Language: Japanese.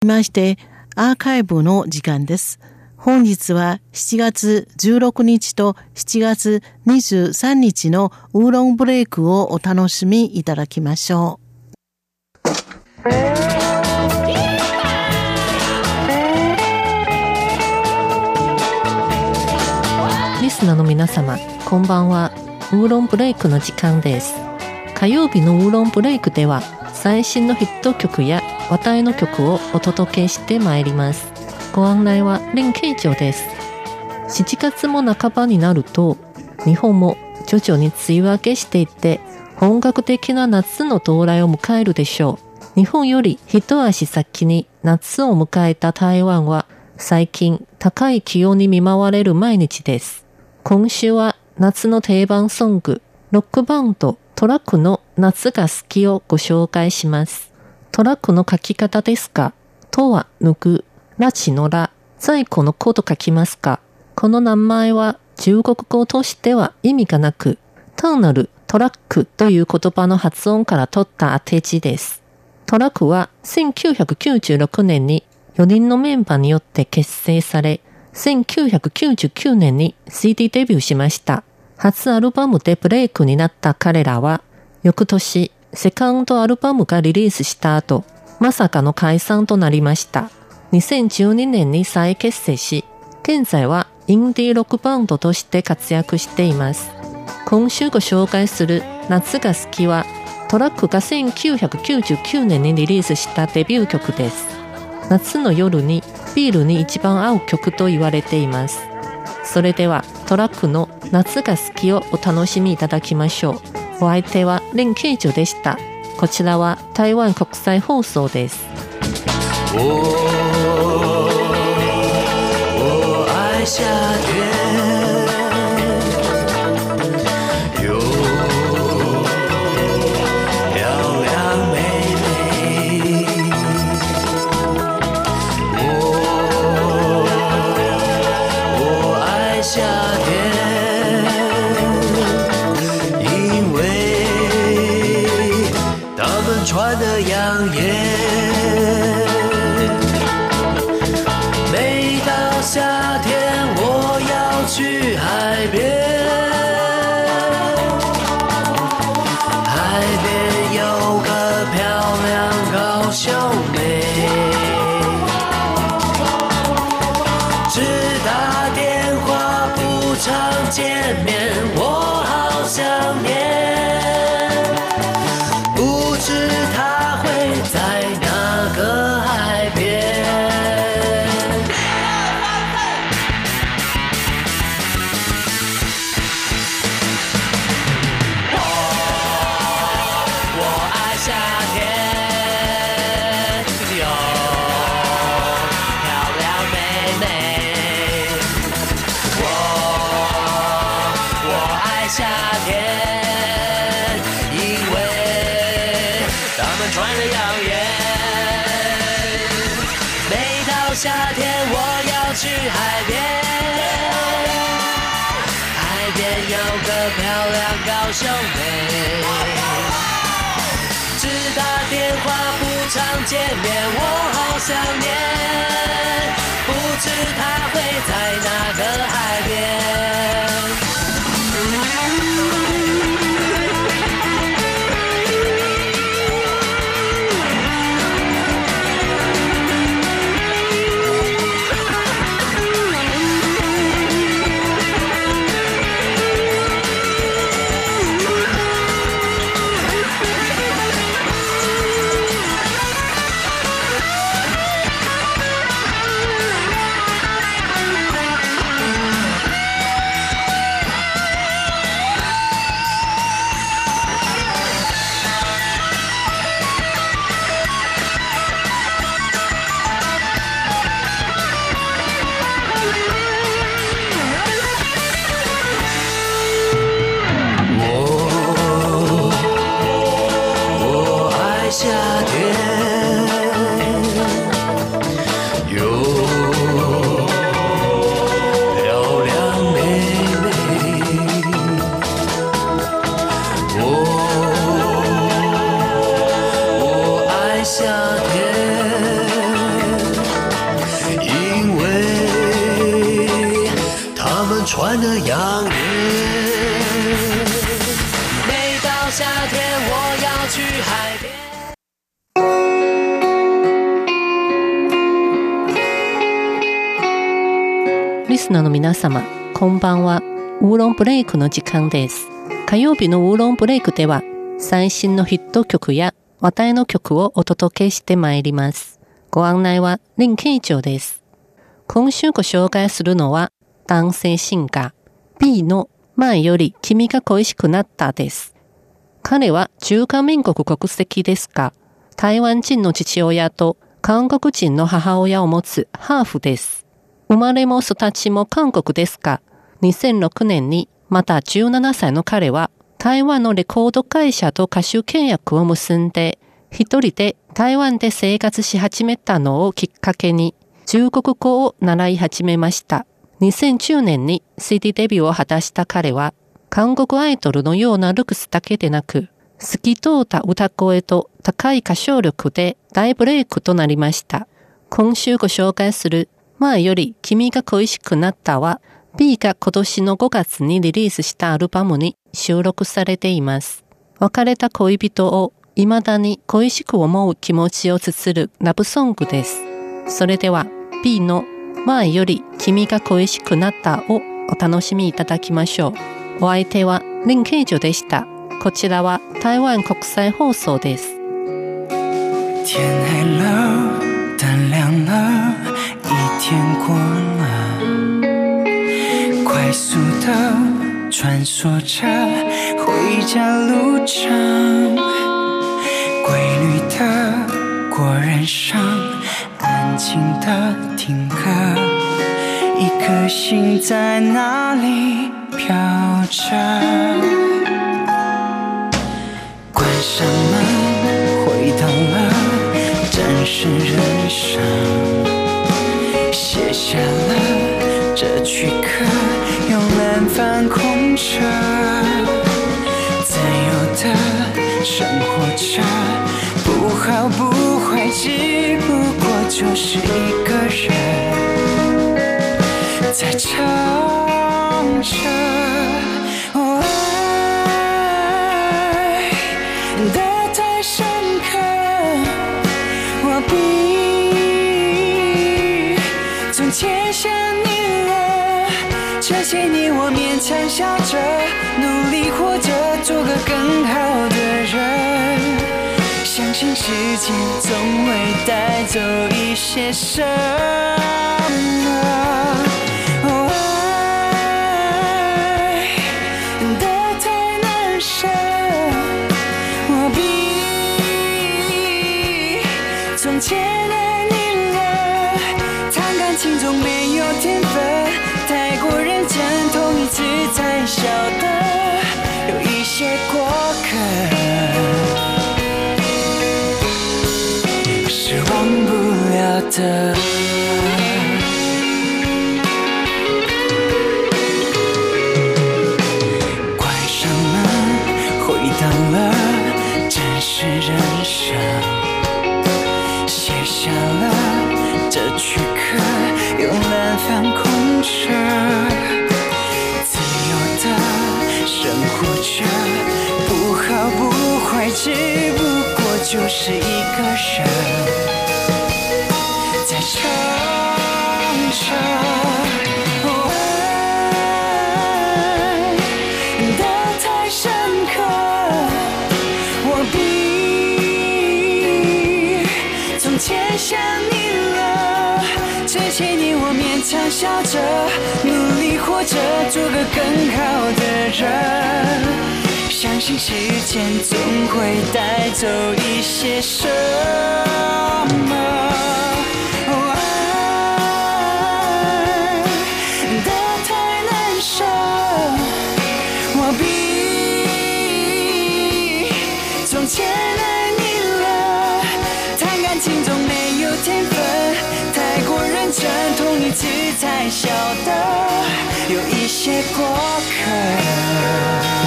ましてアーカイブの時間です。本日は7月16日と7月23日のウーロンブレイクをお楽しみいただきましょう。 リスナーの皆様、こんばんは。ウーロンブレイクの時間です。火曜日のウーロンブレイクでは最新のヒット曲や話題の曲をお届けしてまいります。ご案内は林慶長です。7月も半ばになると日本も徐々に梅雨明けしていって本格的な夏の到来を迎えるでしょう。日本より一足先に夏を迎えた台湾は最近高い気温に見舞われる毎日です。今週は夏の定番ソング、ロックバンドトラックの夏が好きをご紹介します。トラックの書き方ですが、とは抜く、ラチのラ、在庫の子と書きますが、この名前は中国語としては意味がなく、単なるトラックという言葉の発音から取った当て字です。トラックは1996年に4人のメンバーによって結成され、1999年に CD デビューしました。初アルバムでブレイクになった彼らは、翌年、セカンドアルバムがリリースした後、まさかの解散となりました。2012年に再結成し、現在はインディーロックバンドとして活躍しています。今週ご紹介する夏が好きは、トラックが1999年にリリースしたデビュー曲です。夏の夜にビールに一番合う曲と言われています。それではトラックの夏が好きをお楽しみいただきましょう。お相手は林慶長でした。こちらは台湾国際放送です。 我愛夏天夏天，因为他们穿得养眼。每到夏天，我要去海边，海边有个漂亮高秀妹，只打电话不常见面，我好想念，不知她会在哪个海边。我爱夏天，有漂亮妹妹。我爱夏天，因为她们穿得养眼。每到夏天，我要去海边，海边有个漂亮高秀妹，只打电话不常见面，我好想念，不知她会在哪个海边。 船的洋人。每到夏天我要去海边。 リスナーの皆様、こんばんは。ウーロンブレイクの時間です。火曜日のウーロンブレイクでは、最新のヒット曲や話題の曲をお届けしてまいります。ご案内は林慶長です。今週ご紹介するのは、男性シンガー B の前より君が恋しくなったです。彼は中華民国国籍ですが、台湾人の父親と韓国人の母親を持つハーフです。生まれも育ちも韓国ですが、2006年にまた17歳の彼は台湾のレコード会社と歌手契約を結んで、一人で台湾で生活し始めたのをきっかけに中国語を習い始めました。2010年に CD デビューを果たした彼は、韓国アイドルのようなルックスだけでなく、透き通った歌声と高い歌唱力で大ブレイクとなりました。今週ご紹介する前より君が恋しくなったは、B が今年の5月にリリースしたアルバムに収録されています。別れた恋人を未だに恋しく思う気持ちを綴るラブソングです。それでは B の前より君が恋しくなったをお楽しみいただきましょう。お相手は林慶女でした。こちらは台湾国際放送です。 天黑了，灯亮了，一天过了，快速的穿梭着回家路程，规律的过人生，安静的听歌，一颗心在哪里飘着，关上门回到了真实人生，写下了这躯壳，慵懒放空着，自由的生活着，不好不坏，只不过就是一个人在唱着。爱的太深刻，我比从前想你了。这些年我勉强笑着，努力活着，做个更好的人。相信时间总会带走一些什么。从前爱你了，谈感情总没有天分，太过认真，痛一次才晓得，有一些过客是忘不了的。关上门，回到了真实人生，写下了这躯壳，慵懒放空着，自由的生活着，不好不坏，只不过就是一个人在唱着。爱的太深刻，我比从前想你了。这些年我勉强笑着，努力活着，做个更好的人。相信时间总会带走一些什么。爱的太难舍，我比从前爱你了。谈感情总没有天分，太过认真，痛一次才晓得，有一些过客